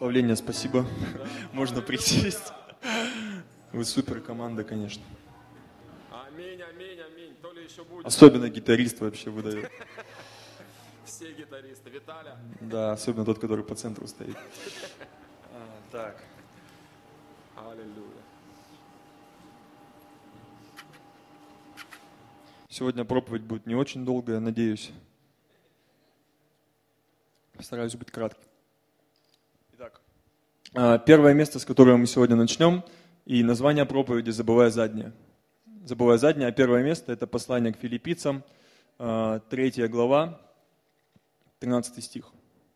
Благословление, спасибо. Можно присесть. Вы супер команда, конечно. Аминь, аминь, аминь. То ли еще будет. Особенно гитарист вообще выдает. Все гитаристы. Виталя. Да, особенно тот, который по центру стоит. Так. Аллилуйя. Сегодня проповедь будет не очень долгая, надеюсь. Постараюсь быть кратким. Итак, первое место, с которого мы сегодня начнем, и название проповеди «Забывая заднее». «Забывая заднее», а первое место – это послание к филиппийцам, 3 глава, 13 стих.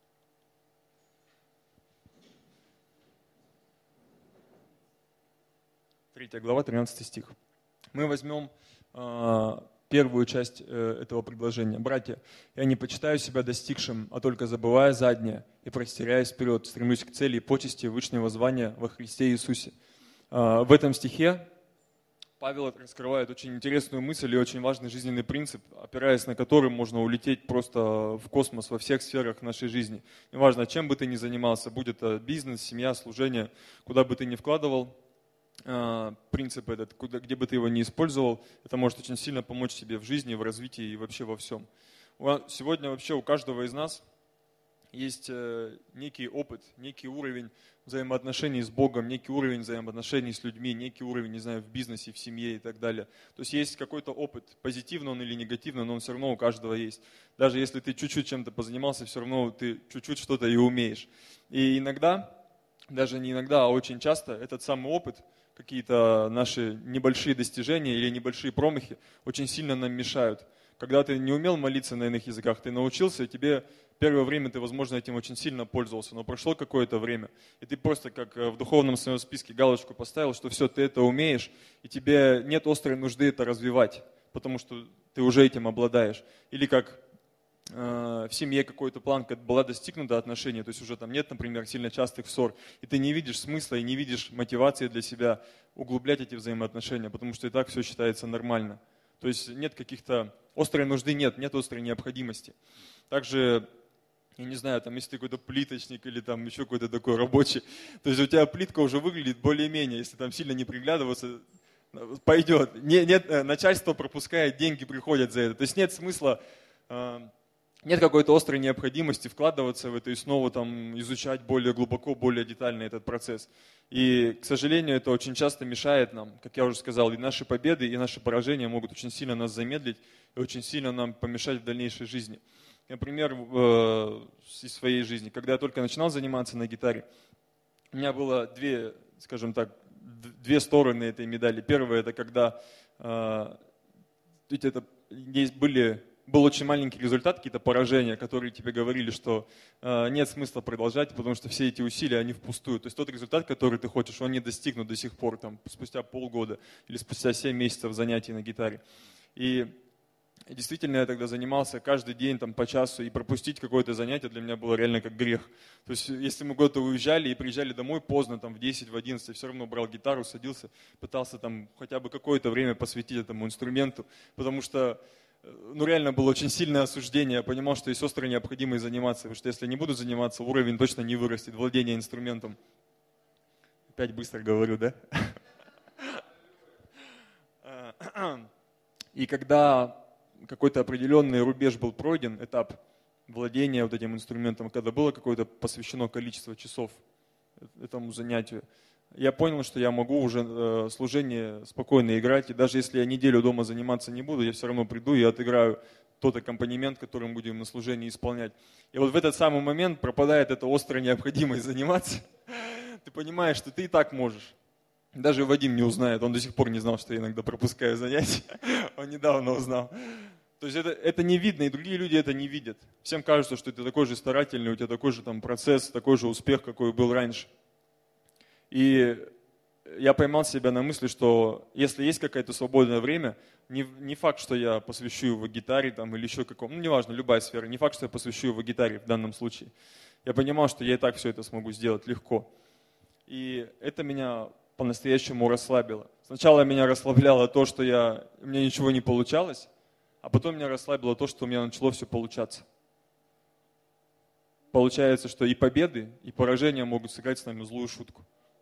Третья глава, 13 стих. Мы возьмем первую часть этого предложения. «Братья, я не почитаю себя достигшим, а только забывая заднее и простиряясь вперед, стремлюсь к цели и почести вышнего звания во Христе Иисусе». В этом стихе Павел раскрывает очень интересную мысль и очень важный жизненный принцип, опираясь на который можно улететь просто в космос во всех сферах нашей жизни. Неважно, чем бы ты ни занимался, будь это бизнес, семья, служение, куда бы ты ни вкладывал, принцип этот, где бы ты его ни использовал, это может очень сильно помочь тебе в жизни, в развитии и вообще во всем. Сегодня вообще у каждого из нас есть некий опыт, некий уровень взаимоотношений с Богом, некий уровень взаимоотношений с людьми, некий уровень, не знаю, в бизнесе, в семье и так далее. То есть есть какой-то опыт, позитивный он или негативный, но он все равно у каждого есть. Даже если ты чуть-чуть чем-то позанимался, все равно ты чуть-чуть что-то и умеешь. И иногда, даже не иногда, а очень часто этот самый опыт, какие-то наши небольшие достижения или небольшие промахи очень сильно нам мешают. Когда ты не умел молиться на иных языках, ты научился, и тебе первое время ты, возможно, этим очень сильно пользовался, но прошло какое-то время, и ты просто как в духовном своем списке галочку поставил, что все, ты это умеешь, и тебе нет острой нужды это развивать, потому что ты уже этим обладаешь. Или как в семье какой-то план была достигнута отношения, то есть уже там нет, например, сильно частых ссор, и ты не видишь смысла и не видишь мотивации для себя углублять эти взаимоотношения, потому что и так все считается нормально. То есть нет каких-то острой нужды, нет острой необходимости. Также, я не знаю, там, если ты какой-то плиточник или там еще какой-то такой рабочий, то есть у тебя плитка уже выглядит более-менее, если там сильно не приглядываться, пойдет. Начальство пропускает, деньги приходят за это. То есть нет смысла, нет какой-то острой необходимости вкладываться в это и снова там изучать более глубоко, более детально этот процесс. И, к сожалению, это очень часто мешает нам, как я уже сказал, и наши победы, и наши поражения могут очень сильно нас замедлить и очень сильно нам помешать в дальнейшей жизни. Например, из своей жизни, когда я только начинал заниматься на гитаре, у меня было две стороны этой медали. Первая – это когда был очень маленький результат, какие-то поражения, которые тебе говорили, что нет смысла продолжать, потому что все эти усилия, они впустую. То есть тот результат, который ты хочешь, он не достигнут до сих пор, там, спустя полгода или спустя 7 месяцев занятий на гитаре. И действительно, я тогда занимался каждый день там, по часу, и пропустить какое-то занятие для меня было реально как грех. То есть если мы куда-то уезжали и приезжали домой поздно, там, в 10, в 11, я все равно брал гитару, садился, пытался там, хотя бы какое-то время посвятить этому инструменту, потому что реально было очень сильное осуждение. Я понимал, что есть острая необходимость заниматься, потому что если не буду заниматься, уровень точно не вырастет, владение инструментом. Опять быстро говорю, да? И когда какой-то определенный рубеж был пройден, этап владения вот этим инструментом, когда было какое-то посвящено количество часов этому занятию, я понял, что я могу уже служение спокойно играть, и даже если я неделю дома заниматься не буду, я все равно приду и отыграю тот аккомпанемент, который мы будем на служении исполнять. И вот в этот самый момент пропадает эта острая необходимость заниматься. Ты понимаешь, что ты и так можешь. Даже Вадим не узнает, он до сих пор не знал, что я иногда пропускаю занятия. Он недавно узнал. То есть это не видно, и другие люди это не видят. Всем кажется, что ты такой же старательный, у тебя такой же там процесс, такой же успех, какой был раньше. И я поймал себя на мысли, что если есть какое-то свободное время, не факт, что я посвящу его гитаре там, или еще какому, неважно, любая сфера, не факт, что я посвящу его гитаре в данном случае. Я понимал, что я и так все это смогу сделать легко. И это меня по-настоящему расслабило. Сначала меня расслабляло то, что у меня ничего не получалось, а потом меня расслабило то, что у меня начало все получаться. получается, что и победы, и поражения могут сыграть с нами злую шутку.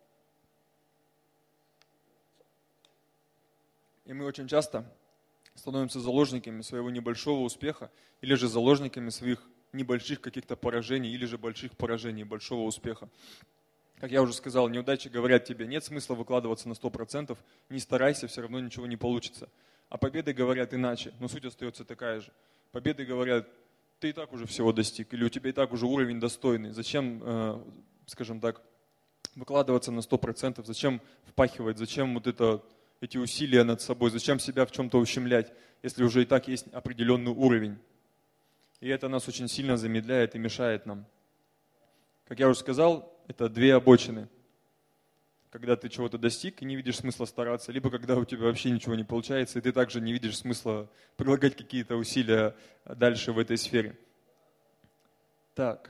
И мы очень часто становимся заложниками своего небольшого успеха или же заложниками своих небольших каких-то поражений или же больших поражений, большого успеха. Как я уже сказал, неудачи говорят тебе, нет смысла выкладываться на 100%, не старайся, все равно ничего не получится. А победы говорят иначе, но суть остается такая же. Победы говорят, ты и так уже всего достиг, или у тебя и так уже уровень достойный. Зачем, скажем так, выкладываться на 100%, зачем впахивать, зачем эти усилия над собой, зачем себя в чем-то ущемлять, если уже и так есть определенный уровень. И это нас очень сильно замедляет и мешает нам. Как я уже сказал, это две обочины. Когда ты чего-то достиг и не видишь смысла стараться, либо когда у тебя вообще ничего не получается, и ты также не видишь смысла прилагать какие-то усилия дальше в этой сфере. Так.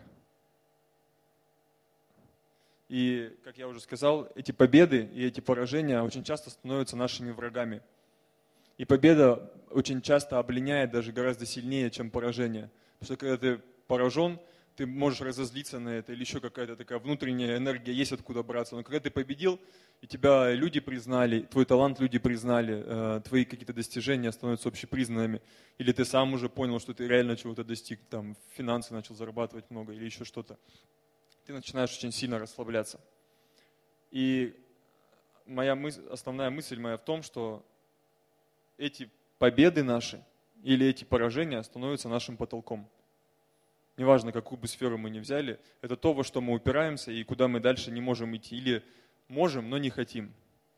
И, как я уже сказал, эти победы и эти поражения очень часто становятся нашими врагами. И победа очень часто обленяет даже гораздо сильнее, чем поражение. Потому что когда ты поражен, ты можешь разозлиться на это, или еще какая-то такая внутренняя энергия есть откуда браться. Но когда ты победил, и тебя люди признали, твой талант люди признали, твои какие-то достижения становятся общепризнанными, или ты сам уже понял, что ты реально чего-то достиг, там, финансы начал зарабатывать много, или еще что-то, ты начинаешь очень сильно расслабляться. И основная мысль моя в том, что эти победы наши или эти поражения становятся нашим потолком. Неважно, какую бы сферу мы ни взяли, это то, во что мы упираемся и куда мы дальше не можем идти. Или можем, но не хотим.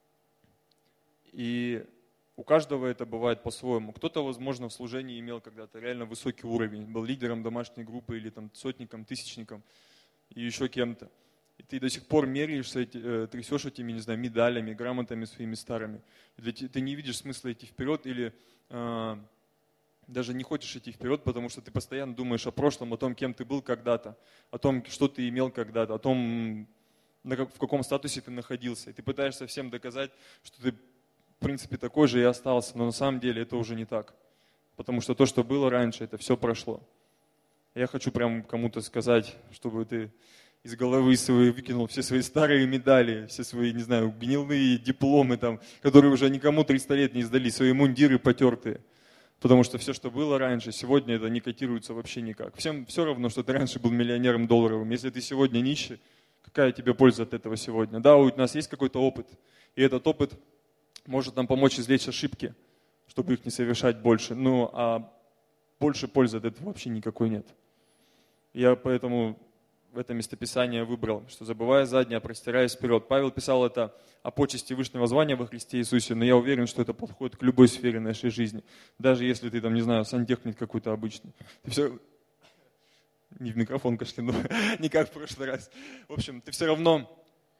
И у каждого это бывает по-своему. Кто-то, возможно, в служении имел когда-то реально высокий уровень, был лидером домашней группы или там сотником, тысячником и еще кем-то. И ты до сих пор меряешься, трясешь этими, не знаю, медалями, грамотами своими старыми. Ты не видишь смысла идти вперед или даже не хочешь идти вперед, потому что ты постоянно думаешь о прошлом, о том, кем ты был когда-то, о том, что ты имел когда-то, о том, в каком статусе ты находился. И ты пытаешься всем доказать, что ты, в принципе, такой же и остался, но на самом деле это уже не так. Потому что то, что было раньше, это все прошло. Я хочу прям кому-то сказать, чтобы ты из головы своей выкинул все свои старые медали, все свои, не знаю, гнилые дипломы, там, которые уже никому 300 лет не сдали, свои мундиры потертые. Потому что все, что было раньше, сегодня это не котируется вообще никак. Всем все равно, что ты раньше был миллионером долларовым. Если ты сегодня нищий, какая тебе польза от этого сегодня? Да, у нас есть какой-то опыт, и этот опыт может нам помочь извлечь ошибки, чтобы их не совершать больше. Ну, а больше пользы от этого вообще никакой нет. Я поэтому в это местописание выбрал, что забывая заднее, простираясь вперед. Павел писал это о почести вышнего звания во Христе Иисусе, но я уверен, что это подходит к любой сфере нашей жизни. Даже если ты там, не знаю, сантехник какой-то обычный. Ты все... Не в микрофон кашляну, не как в прошлый раз. В общем, ты все равно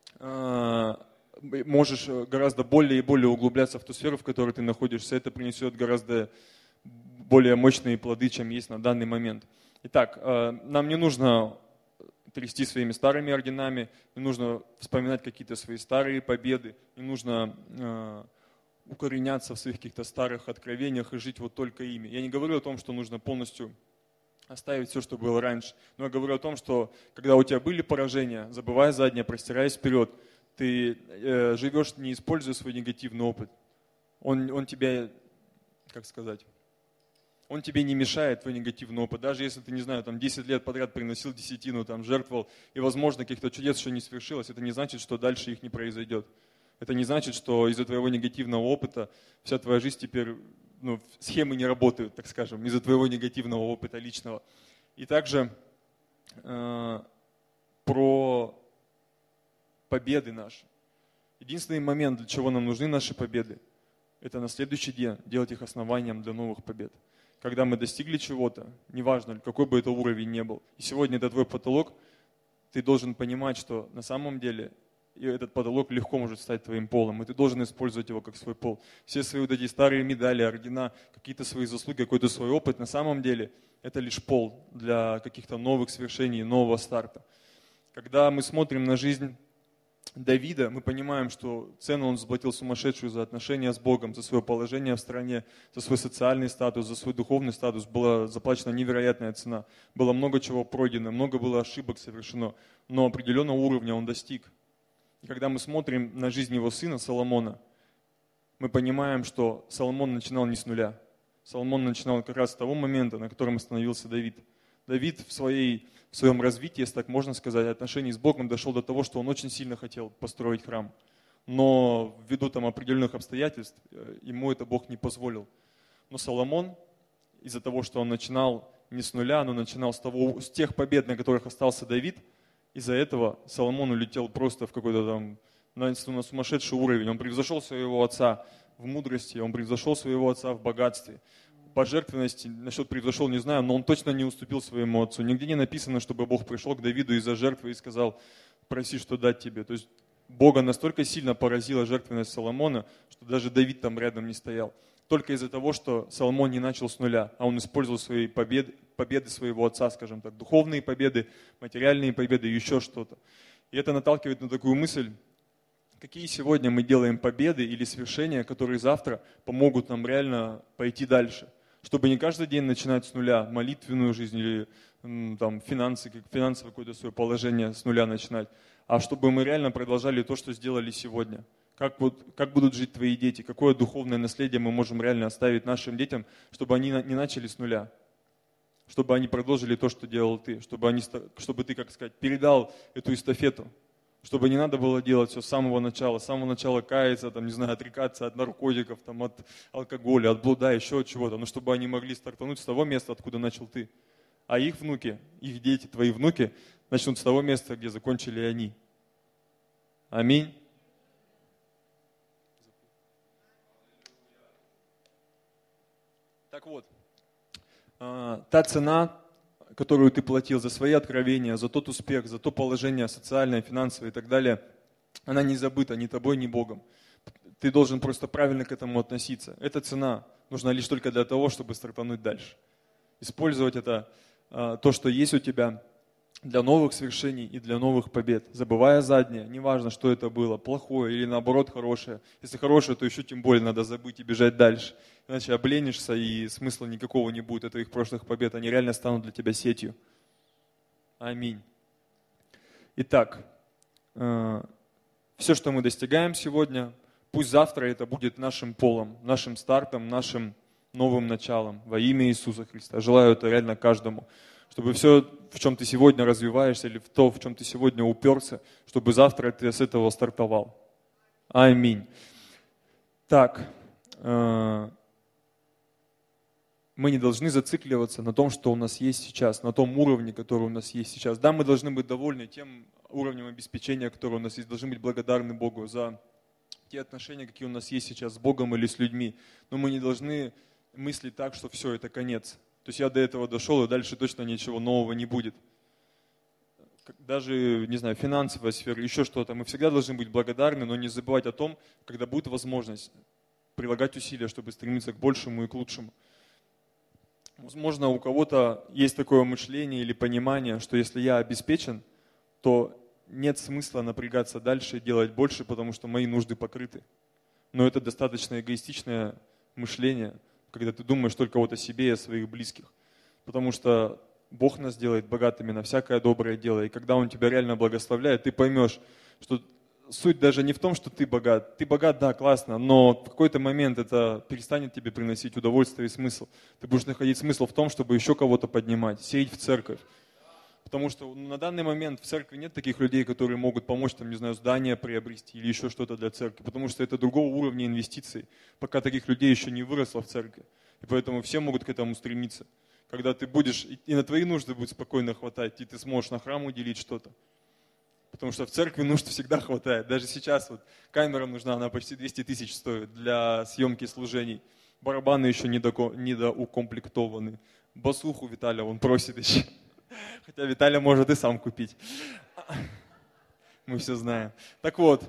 можешь гораздо более и более углубляться в ту сферу, в которой ты находишься. Это принесет гораздо более мощные плоды, чем есть на данный момент. Итак, нам не нужно трясти своими старыми орденами, не нужно вспоминать какие-то свои старые победы, не нужно укореняться в своих каких-то старых откровениях и жить вот только ими. Я не говорю о том, что нужно полностью оставить все, что было раньше, но я говорю о том, что когда у тебя были поражения, забывая заднее, простираясь вперед, ты живешь, не используя свой негативный опыт. Он тебя, как сказать... Он тебе не мешает, твой негативный опыт. Даже если ты, не знаю, там 10 лет подряд приносил десятину, там, жертвовал, и, возможно, каких-то чудес еще не свершилось, это не значит, что дальше их не произойдет. Это не значит, что из-за твоего негативного опыта вся твоя жизнь теперь, схемы не работают, так скажем, из-за твоего негативного опыта личного. И также про победы наши. Единственный момент, для чего нам нужны наши победы, это на следующий день делать их основанием для новых побед. Когда мы достигли чего-то, неважно, какой бы это уровень ни был, и сегодня это твой потолок, ты должен понимать, что на самом деле этот потолок легко может стать твоим полом, и ты должен использовать его как свой пол. Все свои вот эти старые медали, ордена, какие-то свои заслуги, какой-то свой опыт, на самом деле это лишь пол для каких-то новых свершений, нового старта. Когда мы смотрим на жизнь Давида, мы понимаем, что цену он заплатил сумасшедшую за отношения с Богом, за свое положение в стране, за свой социальный статус, за свой духовный статус. Была заплачена невероятная цена. Было много чего пройдено, много было ошибок совершено, но определенного уровня он достиг. И когда мы смотрим на жизнь его сына Соломона, мы понимаем, что Соломон начинал не с нуля. Соломон начинал как раз с того момента, на котором остановился Давид. Давид в своем развитии, если так можно сказать, отношений с Богом дошел до того, что он очень сильно хотел построить храм. Но ввиду там определенных обстоятельств ему это Бог не позволил. Но Соломон, из-за того, что он начинал не с нуля, но начинал с тех побед, на которых остался Давид, из-за этого Соломон улетел просто в какой-то там на сумасшедший уровень. Он превзошел своего отца в мудрости, он превзошел своего отца в богатстве. По жертвенности, насчет превзошел, не знаю, но он точно не уступил своему отцу. Нигде не написано, чтобы Бог пришел к Давиду из-за жертвы и сказал: проси, что дать тебе. То есть Бога настолько сильно поразила жертвенность Соломона, что даже Давид там рядом не стоял. Только из-за того, что Соломон не начал с нуля, а он использовал свои победы своего отца, скажем так, духовные победы, материальные победы, еще что-то. И это наталкивает на такую мысль: какие сегодня мы делаем победы или свершения, которые завтра помогут нам реально пойти дальше. Чтобы не каждый день начинать с нуля молитвенную жизнь или там, финансовое какое-то свое положение с нуля начинать, а чтобы мы реально продолжали то, что сделали сегодня. Как будут жить твои дети, какое духовное наследие мы можем реально оставить нашим детям, чтобы они не начали с нуля, чтобы они продолжили то, что делал ты, чтобы ты, как сказать, передал эту эстафету. Чтобы не надо было делать все с самого начала каяться, там, не знаю, отрекаться от наркотиков, там, от алкоголя, от блуда, еще от чего-то, но чтобы они могли стартануть с того места, откуда начал ты. А их внуки, их дети, твои внуки начнут с того места, где закончили они. Аминь. Так вот, та цена, которую ты платил за свои откровения, за тот успех, за то положение социальное, финансовое и так далее, она не забыта ни тобой, ни Богом. Ты должен просто правильно к этому относиться. Эта цена нужна лишь только для того, чтобы стартануть дальше. Использовать это, то, что есть у тебя, для новых свершений и для новых побед. Забывая заднее, неважно, что это было, плохое или наоборот хорошее. Если хорошее, то еще тем более надо забыть и бежать дальше. Иначе обленишься и смысла никакого не будет от твоих прошлых побед. Они реально станут для тебя сетью. Аминь. Итак, все, что мы достигаем сегодня, пусть завтра это будет нашим полом, нашим стартом, нашим новым началом во имя Иисуса Христа. Желаю это реально каждому. Чтобы все, в чем ты сегодня развиваешься, или в то, в чем ты сегодня уперся, чтобы завтра ты с этого стартовал. Аминь. Так, мы не должны зацикливаться на том, что у нас есть сейчас, на том уровне, который у нас есть сейчас. Да, мы должны быть довольны тем уровнем обеспечения, который у нас есть, должны быть благодарны Богу за те отношения, какие у нас есть сейчас с Богом или с людьми. Но мы не должны мыслить так, что все, это конец. То есть я до этого дошел, и дальше точно ничего нового не будет. Даже, не знаю, финансовая сфера, еще что-то. Мы всегда должны быть благодарны, но не забывать о том, когда будет возможность прилагать усилия, чтобы стремиться к большему и к лучшему. Возможно, у кого-то есть такое мышление или понимание, что если я обеспечен, то нет смысла напрягаться дальше и делать больше, потому что мои нужды покрыты. Но это достаточно эгоистичное мышление, когда ты думаешь только вот о себе и о своих близких. Потому что Бог нас делает богатыми на всякое доброе дело. И когда Он тебя реально благословляет, ты поймешь, что суть даже не в том, что ты богат. Ты богат, да, классно, но в какой-то момент это перестанет тебе приносить удовольствие и смысл. Ты будешь находить смысл в том, чтобы еще кого-то поднимать, сеять в церковь. Потому что на данный момент в церкви нет таких людей, которые могут помочь, там, не знаю, здание приобрести или еще что-то для церкви. Потому что это другого уровня инвестиций. Пока таких людей еще не выросло в церкви. И поэтому все могут к этому стремиться. Когда ты будешь, и на твои нужды будет спокойно хватать, и ты сможешь на храм уделить что-то. Потому что в церкви нужд всегда хватает. Даже сейчас вот камера нужна, она почти 200 тысяч стоит для съемки служений. Барабаны еще недоукомплектованы. Басуху Виталя он просит еще. Хотя Виталя может и сам купить. Мы все знаем. Так вот,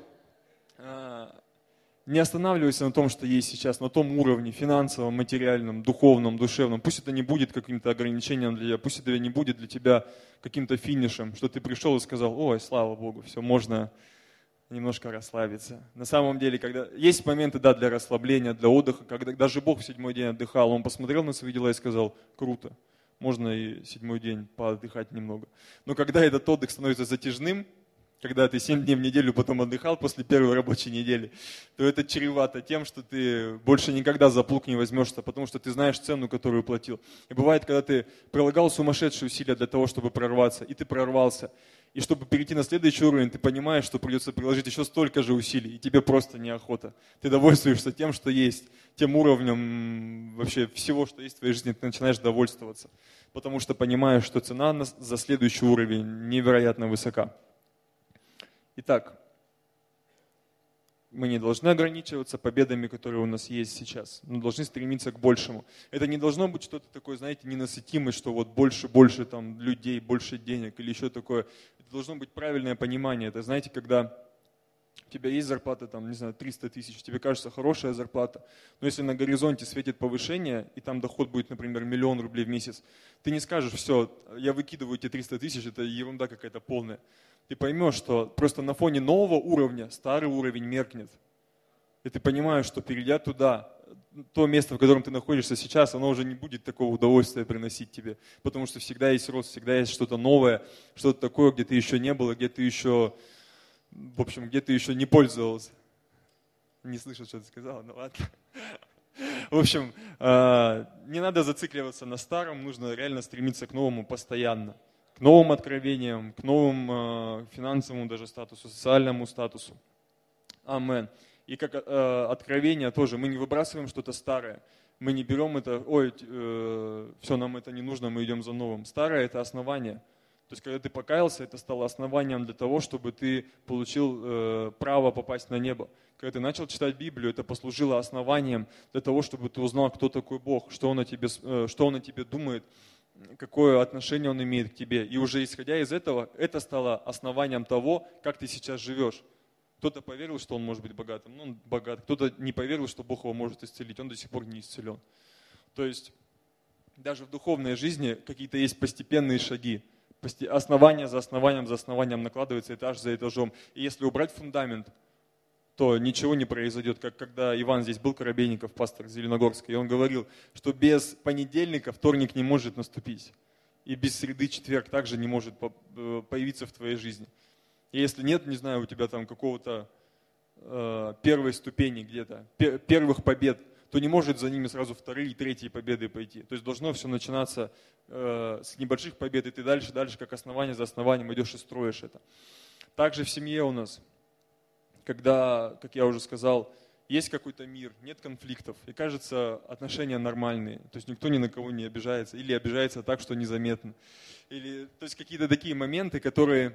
не останавливайся на том, что есть сейчас, на том уровне финансовом, материальном, духовном, душевном. Пусть это не будет каким-то ограничением для тебя, пусть это не будет для тебя каким-то финишем, что ты пришел и сказал: ой, слава Богу, все, можно немножко расслабиться. На самом деле, когда есть моменты, да, для расслабления, для отдыха, когда даже Бог в 7-й день отдыхал, Он посмотрел на свои дела и сказал: круто, можно и 7-й день поотдыхать немного. Но когда этот отдых становится затяжным, когда ты 7 дней в неделю потом отдыхал после первой рабочей недели, то это чревато тем, что ты больше никогда за плуг не возьмешься, потому что ты знаешь цену, которую платил. И бывает, когда ты прилагал сумасшедшие усилия для того, чтобы прорваться, и ты прорвался. И чтобы перейти на следующий уровень, ты понимаешь, что придется приложить еще столько же усилий, и тебе просто неохота. Ты довольствуешься тем, что есть, тем уровнем вообще всего, что есть в твоей жизни, ты начинаешь довольствоваться. Потому что понимаешь, что цена за следующий уровень невероятно высока. Итак, мы не должны ограничиваться победами, которые у нас есть сейчас, но должны стремиться к большему. Это не должно быть что-то такое, знаете, ненасытимое, что вот больше там людей, больше денег или еще такое. Это должно быть правильное понимание. Это, знаете, когда у тебя есть зарплата, там, не знаю, 300 тысяч, тебе кажется хорошая зарплата, но если на горизонте светит повышение, и там доход будет, например, 1 000 000 рублей в месяц, ты не скажешь: все, я выкидываю эти 300 тысяч, это ерунда какая-то полная. Ты поймешь, что просто на фоне нового уровня старый уровень меркнет. И ты понимаешь, что перейдя туда, то место, в котором ты находишься сейчас, оно уже не будет такого удовольствия приносить тебе. Потому что всегда есть рост, всегда есть что-то новое, что-то такое, где ты еще не был, где ты еще, в общем, где ты еще не пользовался. Не слышу, что ты сказал, ну ладно. В общем, не надо зацикливаться на старом, нужно реально стремиться к новому постоянно. К новым откровениям, к новым финансовому даже статусу, социальному статусу. Амен. И как откровение тоже, мы не выбрасываем что-то старое. Мы не берем это: ой, все, нам это не нужно, мы идем за новым. Старое – это основание. То есть, когда ты покаялся, это стало основанием для того, чтобы ты получил право попасть на небо. Когда ты начал читать Библию, это послужило основанием для того, чтобы ты узнал, кто такой Бог, что Он о тебе думает, какое отношение Он имеет к тебе. И уже исходя из этого, это стало основанием того, как ты сейчас живешь. Кто-то поверил, что он может быть богатым, ну, он богат. Кто-то не поверил, что Бог его может исцелить, он до сих пор не исцелен. То есть даже в духовной жизни какие-то есть постепенные шаги. Основание за основанием накладывается этаж за этажом. И если убрать фундамент, то ничего не произойдет. Как когда Иван здесь был, Коробейников, пастор Зеленогорска, и он говорил, что без понедельника вторник не может наступить. И без среды четверг также не может появиться в твоей жизни. И если нет, не знаю, у тебя там какого-то первой ступени где-то, первых побед, то не может за ними сразу вторые и третьи победы пойти. То есть должно все начинаться с небольших побед, и ты дальше, как основание за основанием идешь и строишь это. Также в семье у нас, когда, как я уже сказал, есть какой-то мир, нет конфликтов, и кажется, отношения нормальные, то есть никто ни на кого не обижается, или обижается так, что незаметно. То есть какие-то такие моменты, которые,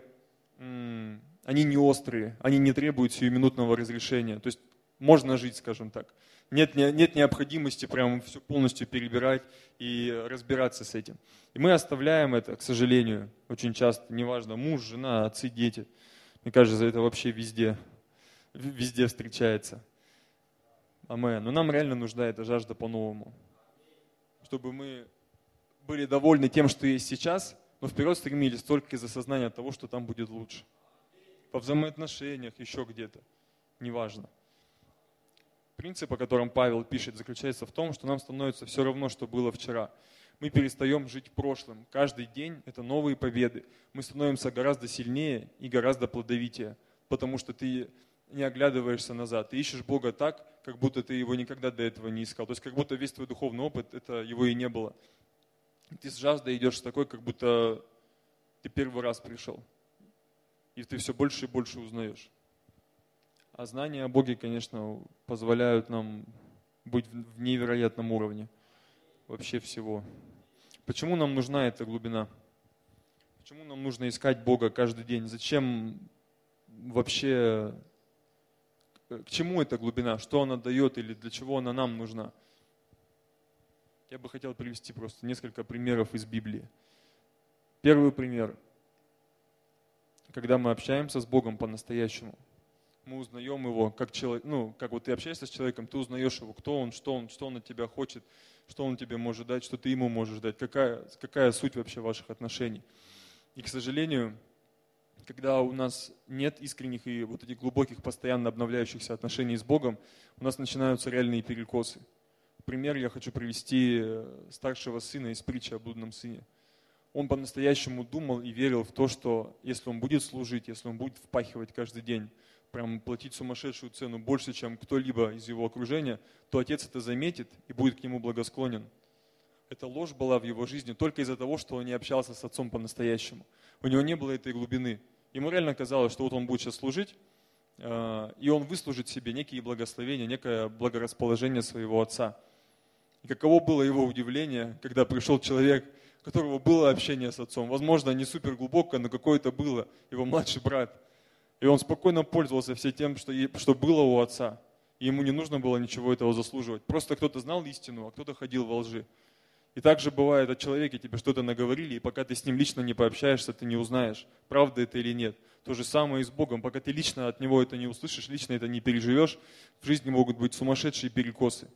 они не острые, они не требуют сиюминутного разрешения. То есть можно жить, скажем так. Нет необходимости прям все полностью перебирать и разбираться с этим. И мы оставляем это, к сожалению, очень часто, неважно, муж, жена, отцы, дети. Мне кажется, это вообще везде встречается. Амен. Но нам реально нужна эта жажда по-новому. Чтобы мы были довольны тем, что есть сейчас, но вперед стремились только из осознания того, что там будет лучше. По взаимоотношениях, еще где-то. Неважно. Принцип, о котором Павел пишет, заключается в том, что нам становится все равно, что было вчера. Мы перестаем жить прошлым. Каждый день – это новые победы. Мы становимся гораздо сильнее и гораздо плодовитее, потому что ты не оглядываешься назад. Ты ищешь Бога так, как будто ты Его никогда до этого не искал. То есть как будто весь твой духовный опыт, это Его и не было. Ты с жаждой идешь такой, как будто ты первый раз пришел. И ты все больше и больше узнаешь. А знания о Боге, конечно, позволяют нам быть в невероятном уровне вообще всего. Почему нам нужна эта глубина? Почему нам нужно искать Бога каждый день? Зачем вообще, к чему эта глубина? Что она дает или для чего она нам нужна? Я бы хотел привести просто несколько примеров из Библии. Первый пример. Когда мы общаемся с Богом по-настоящему, мы узнаем Его как человек, как вот ты общаешься с человеком, ты узнаешь Его, кто Он, что Он от тебя хочет, что Он тебе может дать, что ты Ему можешь дать, какая суть вообще ваших отношений. И, к сожалению, когда у нас нет искренних и вот этих глубоких, постоянно обновляющихся отношений с Богом, у нас начинаются реальные перекосы. Пример я хочу привести старшего сына из притчи о блудном сыне. Он по-настоящему думал и верил в то, что если он будет служить, если он будет впахивать каждый день, прям платить сумасшедшую цену больше, чем кто-либо из его окружения, то отец это заметит и будет к нему благосклонен. Эта ложь была в его жизни только из-за того, что он не общался с отцом по-настоящему. У него не было этой глубины. Ему реально казалось, что вот он будет сейчас служить, и он выслужит себе некие благословения, некое благорасположение своего отца. И каково было его удивление, когда пришел человек, у которого было общение с отцом. Возможно, не супер глубокое, но какое-то было, его младший брат. И он спокойно пользовался всем тем, что было у отца. И ему не нужно было ничего этого заслуживать. Просто кто-то знал истину, а кто-то ходил во лжи. И также бывает о человеке, тебе что-то наговорили, и пока ты с ним лично не пообщаешься, ты не узнаешь, правда это или нет. То же самое и с Богом. Пока ты лично от Него это не услышишь, лично это не переживешь, в жизни могут быть сумасшедшие перекосы.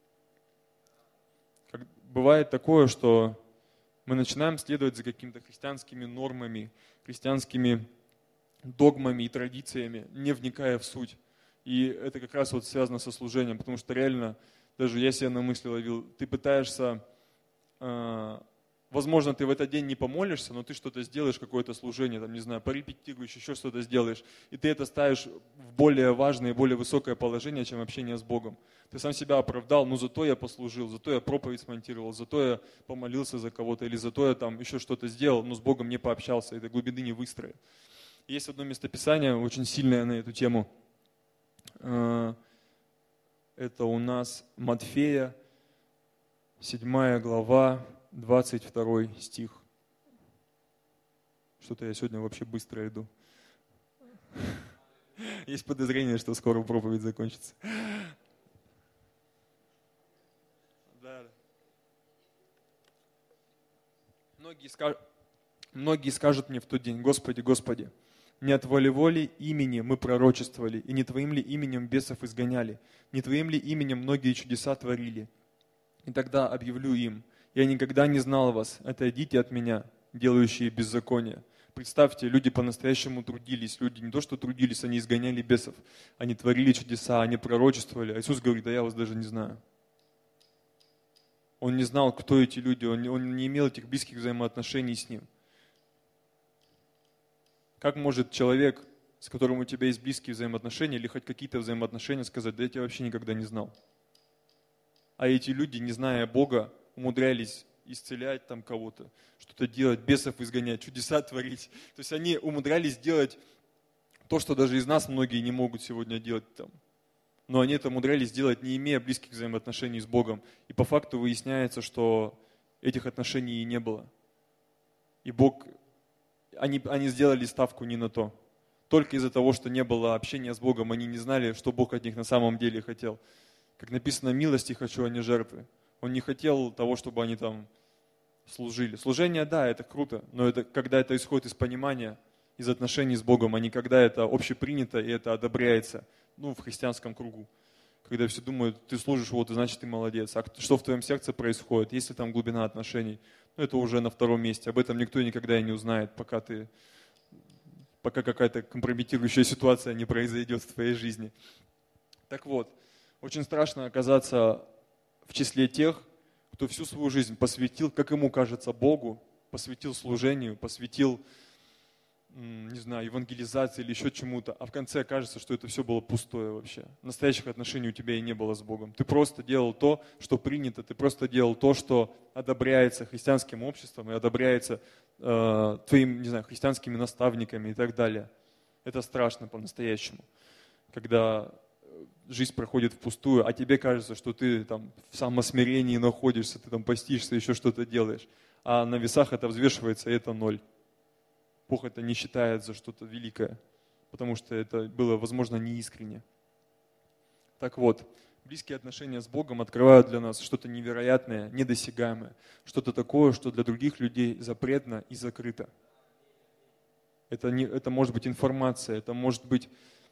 Бывает такое, что мы начинаем следовать за какими-то христианскими нормами, христианскими догмами и традициями, не вникая в суть. И это как раз вот связано со служением, потому что реально, даже я себя на мысли ловил, ты пытаешься... Возможно, ты в этот день не помолишься, но ты что-то сделаешь, какое-то служение, там, не знаю, порепетируешь, еще что-то сделаешь, и ты это ставишь в более важное и более высокое положение, чем общение с Богом. Ты сам себя оправдал, ну зато я послужил, зато я проповедь смонтировал, зато я помолился за кого-то, или зато я там еще что-то сделал, но с Богом не пообщался, этой глубины не выстроил. Есть одно местописание, очень сильное на эту тему. Это у нас Матфея, 7 глава, 22 стих. Что-то я сегодня вообще быстро иду. Есть подозрение, что скоро проповедь закончится. Да. Многие скажут мне в тот день: Господи, Господи, не от воли имени мы пророчествовали, и не Твоим ли именем бесов изгоняли, не Твоим ли именем многие чудеса творили? И тогда объявлю им: я никогда не знал вас, отойдите от меня, делающие беззаконие. Представьте, люди по-настоящему трудились, люди не то что трудились, они изгоняли бесов, они творили чудеса, они пророчествовали. А Иисус говорит: да я вас даже не знаю. Он не знал, кто эти люди, он не имел этих близких взаимоотношений с ним. Как может человек, с которым у тебя есть близкие взаимоотношения или хоть какие-то взаимоотношения, сказать: да я тебя вообще никогда не знал? А эти люди, не зная Бога, умудрялись исцелять там кого-то, что-то делать, бесов изгонять, чудеса творить. То есть они умудрялись делать то, что даже из нас многие не могут сегодня делать там. Но они это умудрялись делать, не имея близких взаимоотношений с Богом. И по факту выясняется, что этих отношений и не было. И Бог, они сделали ставку не на то. Только из-за того, что не было общения с Богом, они не знали, что Бог от них на самом деле хотел. Как написано: милости хочу, а не жертвы. Он не хотел того, чтобы они там служили. Служение, да, это круто, но это когда это исходит из понимания, из отношений с Богом, а не когда это общепринято и это одобряется, в христианском кругу. Когда все думают: ты служишь, вот, значит ты молодец. А что в твоем сердце происходит, есть ли там глубина отношений? Это уже на втором месте. Об этом никто никогда и не узнает, пока какая-то компрометирующая ситуация не произойдет в твоей жизни. Так вот, очень страшно оказаться в числе тех, кто всю свою жизнь посвятил, как ему кажется, Богу, посвятил служению, посвятил, не знаю, евангелизации или еще чему-то, а в конце окажется, что это все было пустое вообще. Настоящих отношений у тебя и не было с Богом. Ты просто делал то, что принято, ты просто делал то, что одобряется христианским обществом и одобряется твоим, не знаю, христианскими наставниками и так далее. Это страшно по-настоящему, когда жизнь проходит впустую, а тебе кажется, что ты там в самосмирении находишься, ты там постишься, еще что-то делаешь. А на весах это взвешивается, и это 0. Бог это не считает за что-то великое, потому что это было, возможно, неискренне. Так вот, близкие отношения с Богом открывают для нас что-то невероятное, недосягаемое, что-то такое, что для других людей запретно и закрыто. Это может быть информация, это может быть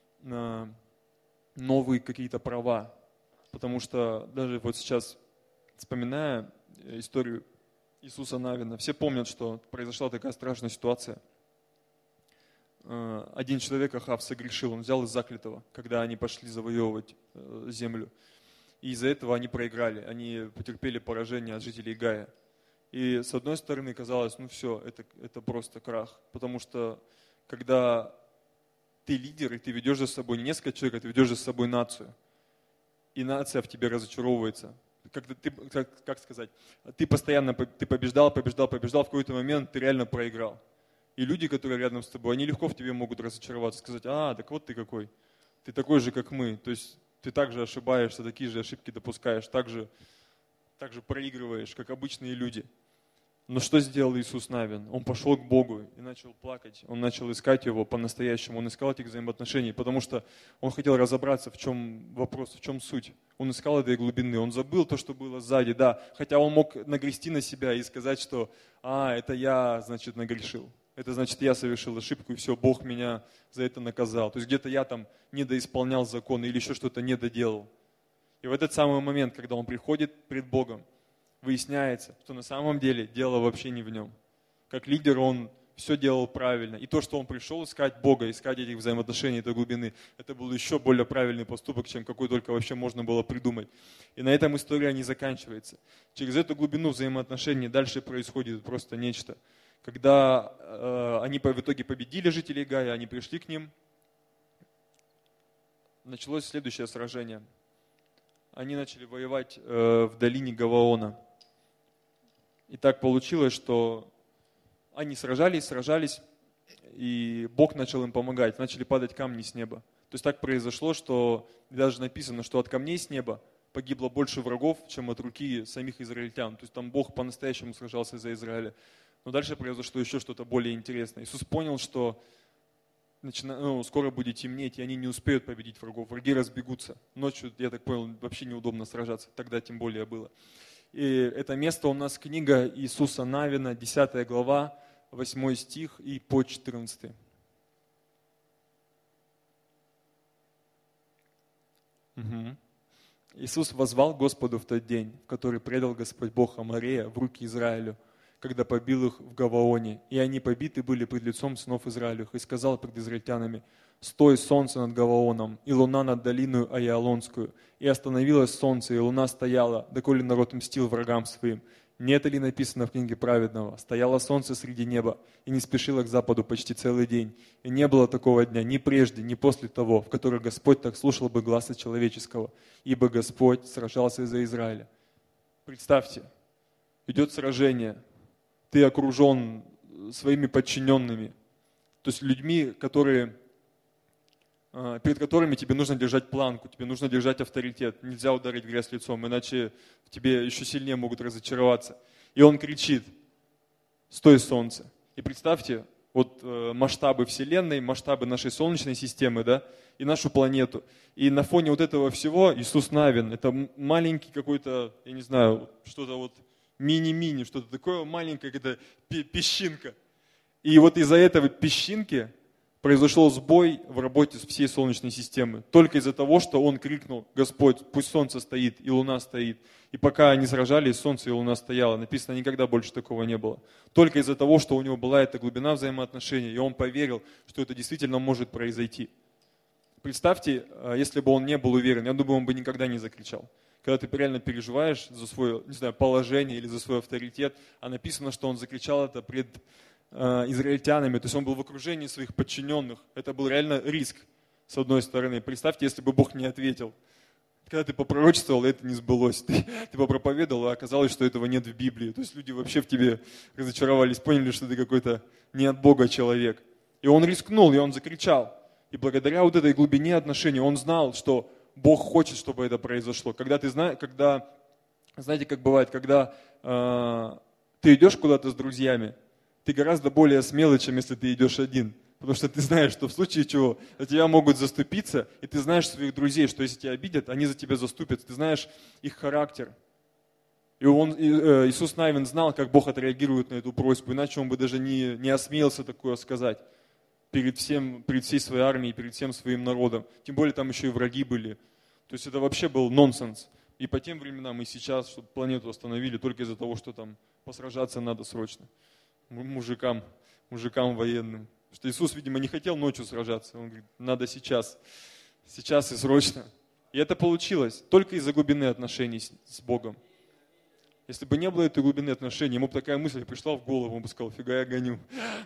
новые какие-то права. Потому что даже вот сейчас, вспоминая историю Иисуса Навина, все помнят, что произошла такая страшная ситуация. один человек, Ахав, согрешил, он взял из заклятого, когда они пошли завоевывать землю. И из-за этого они проиграли, они потерпели поражение от жителей Гая. И с одной стороны казалось, ну все, это просто крах, потому что когда ты лидер, и ты ведешь за собой не несколько человек, а ты ведешь за собой нацию, и нация в тебе разочаровывается. Когда ты, как сказать, ты постоянно побеждал, в какой-то момент ты реально проиграл. И люди, которые рядом с тобой, они легко в тебе могут разочароваться, сказать, так вот ты какой, ты такой же, как мы. То есть ты также ошибаешься, такие же ошибки допускаешь, также проигрываешь, как обычные люди. Но что сделал Иисус Навин? Он пошел к Богу и начал плакать, он начал искать Его по-настоящему, он искал этих взаимоотношений, потому что он хотел разобраться, в чем вопрос, в чем суть. Он искал этой глубины, он забыл то, что было сзади, да, хотя он мог нагрести на себя и сказать, что это я, значит, нагрешил. Это значит, я совершил ошибку, и все, Бог меня за это наказал. То есть где-то я там недоисполнял закон или еще что-то недоделал. И в этот самый момент, когда он приходит пред Богом, выясняется, что на самом деле дело вообще не в нем. Как лидер он все делал правильно. И то, что он пришел искать Бога, искать этих взаимоотношений, этой глубины, это был еще более правильный поступок, чем какой только вообще можно было придумать. И на этом история не заканчивается. Через эту глубину взаимоотношений дальше происходит просто нечто. Когда они в итоге победили жителей Гая, они пришли к ним, началось следующее сражение. Они начали воевать в долине Гаваона. И так получилось, что они сражались, и Бог начал им помогать. Начали падать камни с неба. То есть так произошло, что даже написано, что от камней с неба погибло больше врагов, чем от руки самих израильтян. То есть там Бог по-настоящему сражался за Израиля. Но дальше произошло еще что-то более интересное. Иисус понял, что скоро будет темнеть, и они не успеют победить врагов. Враги разбегутся. Ночью, я так понял, вообще неудобно сражаться. Тогда тем более было. И это место у нас книга Иисуса Навина, 10 глава, 8 стих и по 14. Иисус воззвал Господу в тот день, в который предал Господь Бог Аморея в руки Израилю, когда побил их в Гаваоне, и они побиты были пред лицом сынов Израилевых, и сказал пред израильтянами: «Стой, солнце над Гаваоном, и луна над долиною Аиалонскую». И остановилось солнце, и луна стояла, доколе народ мстил врагам своим. Не это ли написано в книге праведного? «Стояло солнце среди неба, и не спешило к западу почти целый день. И не было такого дня ни прежде, ни после того, в который Господь так слушал бы гласа человеческого, ибо Господь сражался за Израиля». Представьте, идет сражение, ты окружен своими подчиненными, то есть людьми, перед которыми тебе нужно держать планку, тебе нужно держать авторитет, нельзя ударить в грязь лицом, иначе в тебе еще сильнее могут разочароваться. И он кричит: «Стой, солнце!» И представьте, масштабы Вселенной, масштабы нашей Солнечной системы, да, и нашу планету. И на фоне этого всего Иисус Навин, это маленький какой-то, я не знаю, что-то мини-мини, что-то такое маленькое, какая-то песчинка. И из-за этого песчинки произошел сбой в работе всей Солнечной системы. Только из-за того, что он крикнул: «Господь, пусть солнце стоит и луна стоит». И пока они сражались, солнце и луна стояло. Написано, никогда больше такого не было. Только из-за того, что у него была эта глубина взаимоотношений, и он поверил, что это действительно может произойти. Представьте, если бы он не был уверен, я думаю, он бы никогда не закричал. Когда ты реально переживаешь за свое, положение или за свой авторитет, а написано, что он закричал это пред израильтянами, то есть он был в окружении своих подчиненных. Это был реально риск, с одной стороны. Представьте, если бы Бог не ответил. Когда ты попророчествовал, это не сбылось. Ты попроповедовал, а оказалось, что этого нет в Библии. То есть люди вообще в тебе разочаровались, поняли, что ты какой-то не от Бога человек. И он рискнул, и он закричал. И благодаря этой глубине отношений он знал, что Бог хочет, чтобы это произошло. Знаете, как бывает, когда ты идешь куда-то с друзьями, ты гораздо более смелый, чем если ты идешь один. Потому что ты знаешь, что в случае чего за тебя могут заступиться, и ты знаешь своих друзей, что если тебя обидят, они за тебя заступятся. Ты знаешь их характер. И Иисус Навин знал, как Бог отреагирует на эту просьбу, иначе он бы даже не осмелился такое сказать перед всей своей армией, перед всем своим народом. Тем более там еще и враги были. То есть это вообще был нонсенс. И по тем временам, и сейчас, чтобы планету остановили только из-за того, что там посражаться надо срочно. Мужикам военным. Что Иисус, видимо, не хотел ночью сражаться. Он говорит, надо сейчас. Сейчас и срочно. И это получилось только из-за глубины отношений с Богом. Если бы не было этой глубины отношений, ему бы такая мысль пришла в голову, он бы сказал, фига я гоню.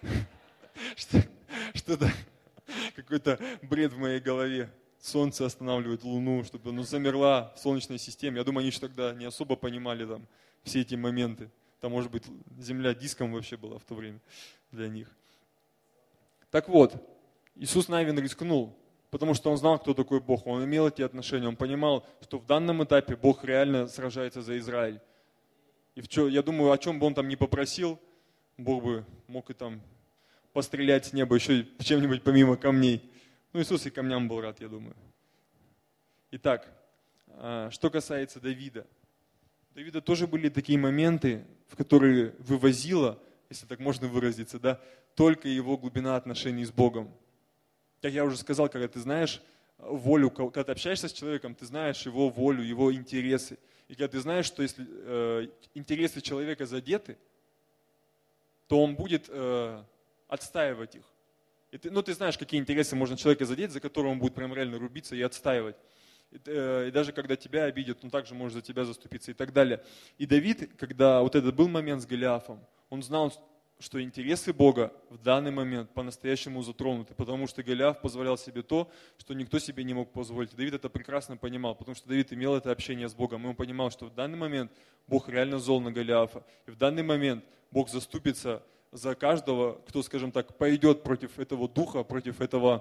Что-то, какой-то бред в моей голове. Солнце останавливает Луну, чтобы она замерла в Солнечной системе. Я думаю, они еще тогда не особо понимали там все эти моменты. Там, может быть, Земля диском вообще была в то время для них. Так вот, Иисус Навин рискнул, потому что он знал, кто такой Бог. Он имел эти отношения, он понимал, что в данном этапе Бог реально сражается за Израиль. И я думаю, о чем бы он там ни попросил, Бог бы мог и там пострелять с неба еще чем-нибудь помимо камней. Ну, Иисус и камням был рад, я думаю. Итак, что касается Давида. У Давида тоже были такие моменты, в которые вывозило, если так можно выразиться, да, только его глубина отношений с Богом. Как я уже сказал, когда ты знаешь волю, когда ты общаешься с человеком, ты знаешь его волю, его интересы. И когда ты знаешь, что если интересы человека задеты, то он будет отстаивать их. И ты знаешь, какие интересы можно человека задеть, за которые он будет прям реально рубиться и отстаивать. И даже когда тебя обидят, он также может за тебя заступиться и так далее. И Давид, когда вот этот был момент с Голиафом, он знал, что интересы Бога в данный момент по-настоящему затронуты, потому что Голиаф позволял себе то, что никто себе не мог позволить. И Давид это прекрасно понимал, потому что Давид имел это общение с Богом, и он понимал, что в данный момент Бог реально зол на Голиафа, и в данный момент Бог заступится за каждого, кто, скажем так, пойдет против этого духа, против этого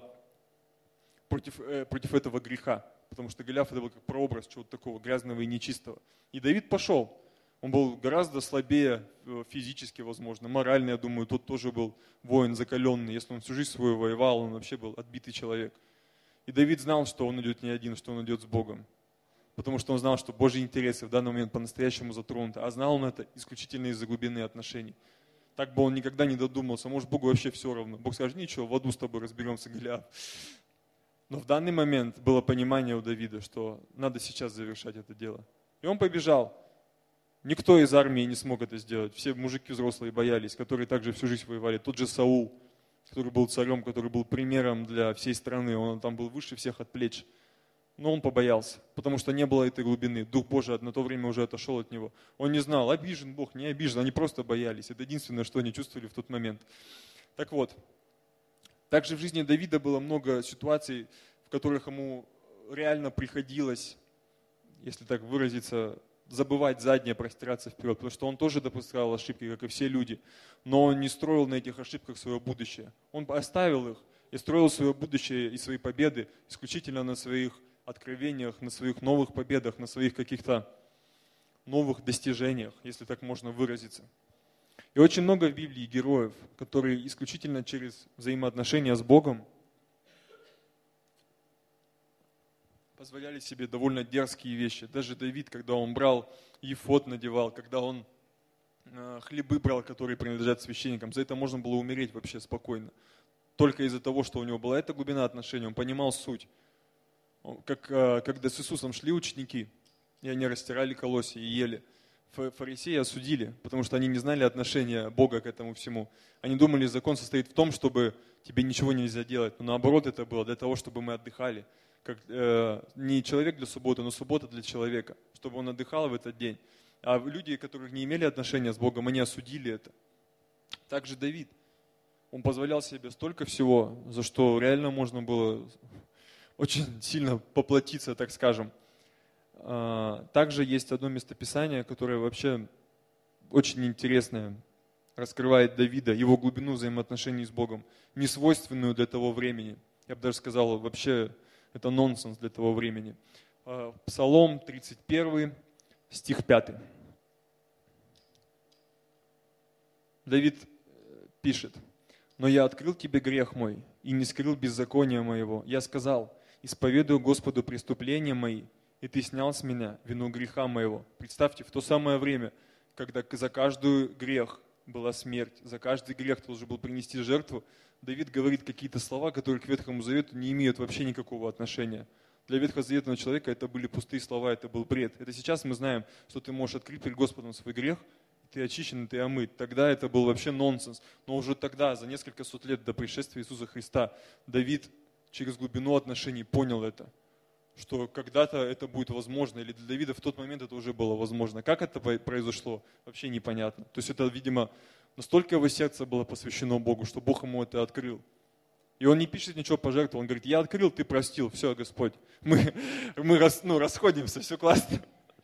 греха. Потому что Голиаф это был как прообраз чего-то такого грязного и нечистого. И Давид пошел. Он был гораздо слабее физически, возможно, морально, я думаю, тот тоже был воин закаленный. Если он всю жизнь свою воевал, он вообще был отбитый человек. И Давид знал, что он идет не один, что он идет с Богом. Потому что он знал, что Божьи интересы в данный момент по-настоящему затронуты. А знал он это исключительно из-за глубины отношений. Так бы он никогда не додумался. Может, Богу вообще все равно. Бог скажет, ничего, в аду с тобой разберемся, Голиаф. Но в данный момент было понимание у Давида, что надо сейчас завершать это дело. И он побежал. Никто из армии не смог это сделать. Все мужики взрослые боялись, которые также всю жизнь воевали. Тот же Саул, который был царем, который был примером для всей страны. Он там был выше всех от плеч. Но он побоялся, потому что не было этой глубины. Дух Божий на то время уже отошел от него. Он не знал, обижен Бог, не обижен. Они просто боялись. Это единственное, что они чувствовали в тот момент. Так вот, также в жизни Давида было много ситуаций, в которых ему реально приходилось, если так выразиться, забывать заднее, простираться вперед, потому что он тоже допускал ошибки, как и все люди, но он не строил на этих ошибках свое будущее. Он оставил их и строил свое будущее и свои победы исключительно на своих откровениях, на своих новых победах, на своих каких-то новых достижениях, если так можно выразиться. И очень много в Библии героев, которые исключительно через взаимоотношения с Богом позволяли себе довольно дерзкие вещи. Даже Давид, когда он брал ефод, надевал, когда он хлебы брал, которые принадлежат священникам, за это можно было умереть вообще спокойно. Только из-за того, что у него была эта глубина отношений, он понимал суть. Когда с Иисусом шли ученики, и они растирали колосья и ели, фарисеи осудили, потому что они не знали отношения Бога к этому всему. Они думали, закон состоит в том, чтобы тебе ничего нельзя делать. Но наоборот это было для того, чтобы мы отдыхали. Как, не человек для субботы, но суббота для человека, чтобы он отдыхал в этот день. А люди, которые не имели отношения с Богом, они осудили это. Также Давид, он позволял себе столько всего, за что реально можно было очень сильно поплатиться, так скажем. Также есть одно местописание, которое вообще очень интересное, раскрывает Давида, его глубину взаимоотношений с Богом, несвойственную для того времени. Я бы даже сказал, вообще это нонсенс для того времени. Псалом 31, стих 5. Давид пишет: «Но я открыл тебе грех мой и не скрыл беззакония моего. Я сказал: исповедую Господу преступления мои, и ты снял с меня вину греха моего». Представьте, в то самое время, когда за каждый грех была смерть, за каждый грех ты должен был принести жертву, Давид говорит какие-то слова, которые к Ветхому Завету не имеют вообще никакого отношения. Для ветхозаветного человека это были пустые слова, это был бред. Это сейчас мы знаем, что ты можешь открыть перед Господом свой грех, ты очищен, ты омыт. Тогда это был вообще нонсенс. Но уже тогда, за несколько сот лет до пришествия Иисуса Христа, Давид через глубину отношений понял это, что когда-то это будет возможно, или для Давида в тот момент это уже было возможно. Как это произошло, вообще непонятно. То есть это, видимо, настолько его сердце было посвящено Богу, что Бог ему это открыл. И он не пишет ничего пожертвовал, он говорит, я открыл, ты простил, все, Господь, мы расходимся, все классно.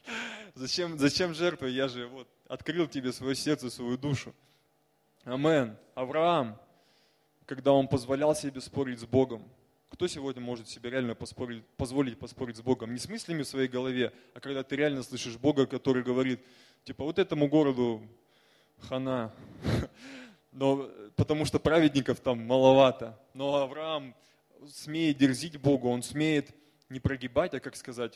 Зачем жертва? Я же вот открыл тебе свое сердце, свою душу. Амен. Авраам, когда он позволял себе спорить с Богом, кто сегодня может себе реально позволить поспорить с Богом? Не с мыслями в своей голове, а когда ты реально слышишь Бога, который говорит, типа, вот этому городу хана, но, потому что праведников там маловато. Но Авраам смеет дерзить Богу, он смеет не прогибать, а как сказать,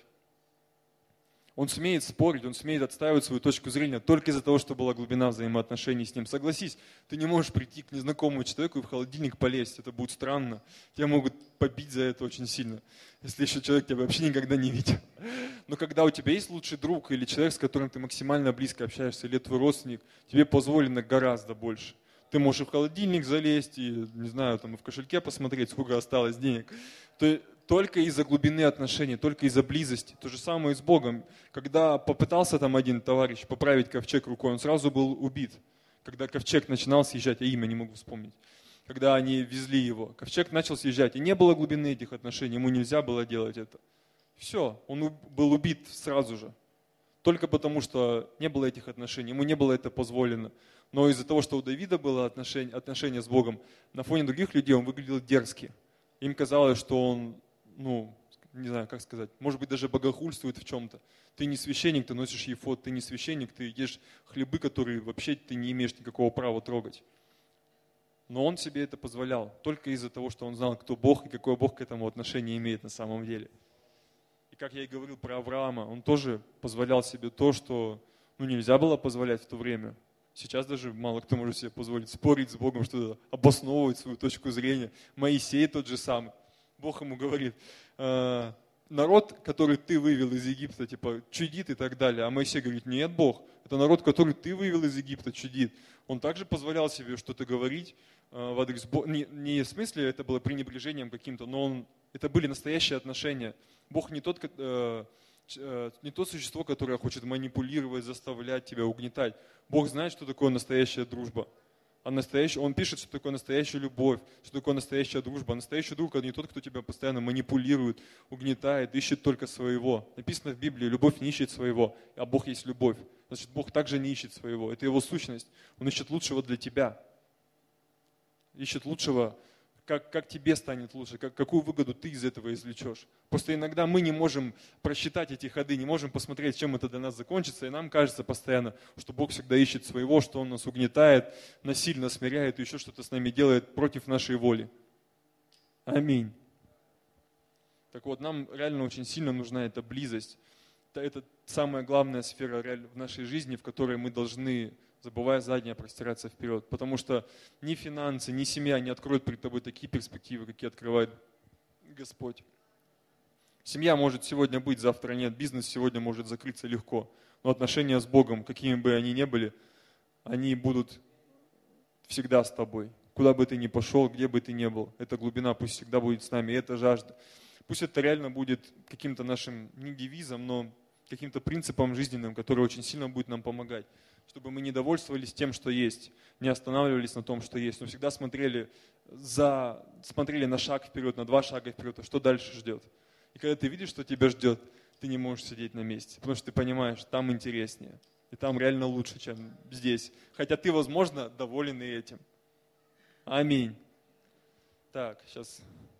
он смеет спорить, он смеет отстаивать свою точку зрения только из-за того, что была глубина взаимоотношений с ним. Согласись, ты не можешь прийти к незнакомому человеку и в холодильник полезть, это будет странно. Тебя могут побить за это очень сильно, если еще человек тебя вообще никогда не видел. Но когда у тебя есть лучший друг или человек, с которым ты максимально близко общаешься, или твой родственник, тебе позволено гораздо больше. Ты можешь и в холодильник залезть, и, не знаю, там, и в кошельке посмотреть, сколько осталось денег. Только из-за глубины отношений, только из-за близости. То же самое и с Богом. Когда попытался там один товарищ поправить ковчег рукой, он сразу был убит. Когда ковчег начинал съезжать, я имя не могу вспомнить. Когда они везли его, ковчег начал съезжать, и не было глубины этих отношений, ему нельзя было делать это. Все, он был убит сразу же. Только потому, что не было этих отношений, ему не было это позволено. Но из-за того, что у Давида было отношение с Богом, на фоне других людей он выглядел дерзкий. Им казалось, что он, не знаю, как сказать, может быть, даже богохульствует в чем-то. Ты не священник, ты носишь ефод, ты не священник, ты ешь хлебы, которые вообще ты не имеешь никакого права трогать. Но он себе это позволял, только из-за того, что он знал, кто Бог и какое Бог к этому отношение имеет на самом деле. И как я и говорил про Авраама, он тоже позволял себе то, что нельзя было позволять в то время. Сейчас даже мало кто может себе позволить спорить с Богом, что-то обосновывать свою точку зрения. Моисей тот же самый. Бог ему говорит, народ, который ты вывел из Египта, типа, чудит и так далее. А Моисей говорит, нет, Бог, это народ, который ты вывел из Египта, чудит. Он также позволял себе что-то говорить в адрес Бога. Не в смысле это было пренебрежением каким-то, но это были настоящие отношения. Бог не то существо, которое хочет манипулировать, заставлять тебя, угнетать. Бог знает, что такое настоящая дружба. Он пишет, что такое настоящая любовь, что такое настоящая дружба. А настоящий друг – это не тот, кто тебя постоянно манипулирует, угнетает, ищет только своего. Написано в Библии, любовь не ищет своего, а Бог есть любовь. Значит, Бог также не ищет своего. Это его сущность. Он ищет лучшего для тебя. Ищет лучшего, как тебе станет лучше, какую выгоду ты из этого извлечешь. Просто иногда мы не можем просчитать эти ходы, не можем посмотреть, чем это для нас закончится, и нам кажется постоянно, что Бог всегда ищет своего, что Он нас угнетает, насильно смиряет и еще что-то с нами делает против нашей воли. Аминь. Так вот, нам реально очень сильно нужна эта близость. Это самая главная сфера в нашей жизни, в которой мы должны, забывая заднее, простираться вперед. Потому что ни финансы, ни семья не откроют перед тобой такие перспективы, какие открывает Господь. Семья может сегодня быть, завтра нет. Бизнес сегодня может закрыться легко. Но отношения с Богом, какими бы они ни были, они будут всегда с тобой. Куда бы ты ни пошел, где бы ты ни был. Эта глубина пусть всегда будет с нами. И эта жажда. Пусть это реально будет каким-то нашим не девизом, но каким-то принципом жизненным, который очень сильно будет нам помогать. Чтобы мы не довольствовались тем, что есть, не останавливались на том, что есть, но всегда смотрели на шаг вперед, на 2 шага вперед, а что дальше ждет. И когда ты видишь, что тебя ждет, ты не можешь сидеть на месте, потому что ты понимаешь, там интереснее, и там реально лучше, чем здесь. Хотя ты, возможно, доволен и этим. Аминь. Так, сейчас.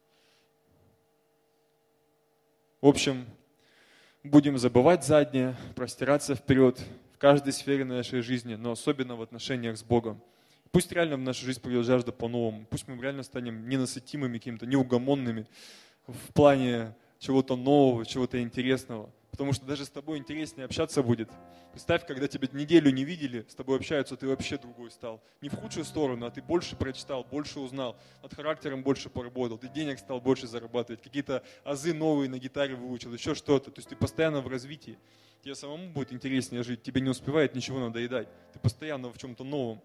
В общем, будем забывать заднее, простираться вперед в каждой сфере нашей жизни, но особенно в отношениях с Богом. Пусть реально в нашу жизнь придет жажда по-новому. Пусть мы реально станем ненасытимыми, какими-то неугомонными в плане чего-то нового, чего-то интересного. Потому что даже с тобой интереснее общаться будет. Представь, когда тебя неделю не видели, с тобой общаются, ты вообще другой стал. Не в худшую сторону, а ты больше прочитал, больше узнал, над характером больше поработал, ты денег стал больше зарабатывать, какие-то азы новые на гитаре выучил, еще что-то. То есть ты постоянно в развитии. тебе самому будет интереснее жить, тебе не успевает ничего надоедать. Ты постоянно в чем-то новом.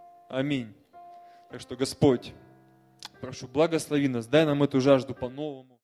Аминь. Так что, Господь, прошу, благослови нас, дай нам эту жажду по-новому.